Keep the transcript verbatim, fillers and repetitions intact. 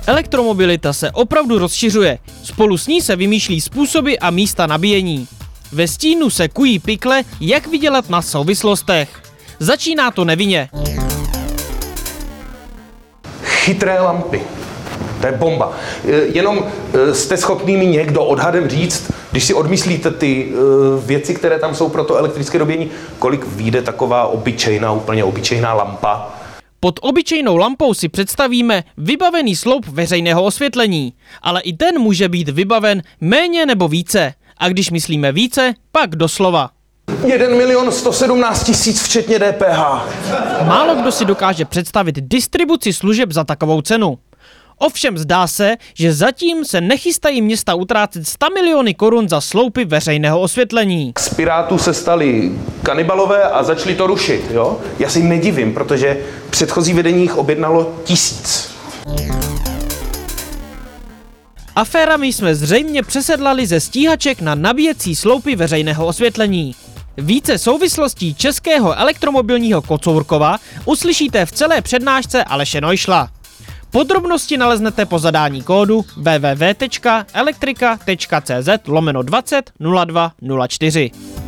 Elektromobilita se opravdu rozšiřuje. Spolu s ní se vymýšlí způsoby a místa nabíjení. Ve stínu se kují pikle, jak vydělat na souvislostech. Začíná to nevinně. Chytré lampy. To je bomba. Jenom jste schopný mi někdo odhadem říct, když si odmyslíte ty věci, které tam jsou pro to elektrické dobíjení, kolik vyjde taková obyčejná, úplně obyčejná lampa? Pod obyčejnou lampou si představíme vybavený sloup veřejného osvětlení, ale i ten může být vybaven méně nebo více. A když myslíme více, pak doslova. jeden milion sto sedmnáct tisíc včetně D P H. Málo kdo si dokáže představit distribuci služeb za takovou cenu. Ovšem zdá se, že zatím se nechystají města utrácet sto miliony korun za sloupy veřejného osvětlení. Z Pirátů se stali kanibalové a začali to rušit, jo? Já si jim nedivím, protože předchozí vedení jich objednalo tisíc. Aférami jsme zřejmě přesedlali ze stíhaček na nabíjecí sloupy veřejného osvětlení. Více souvislostí českého elektromobilního kocourkova uslyšíte v celé přednášce Aleše Neuschla. Podrobnosti naleznete po zadání kódu w w w tečka elektrika tečka c z lomeno dvacet nula dva nula čtyři.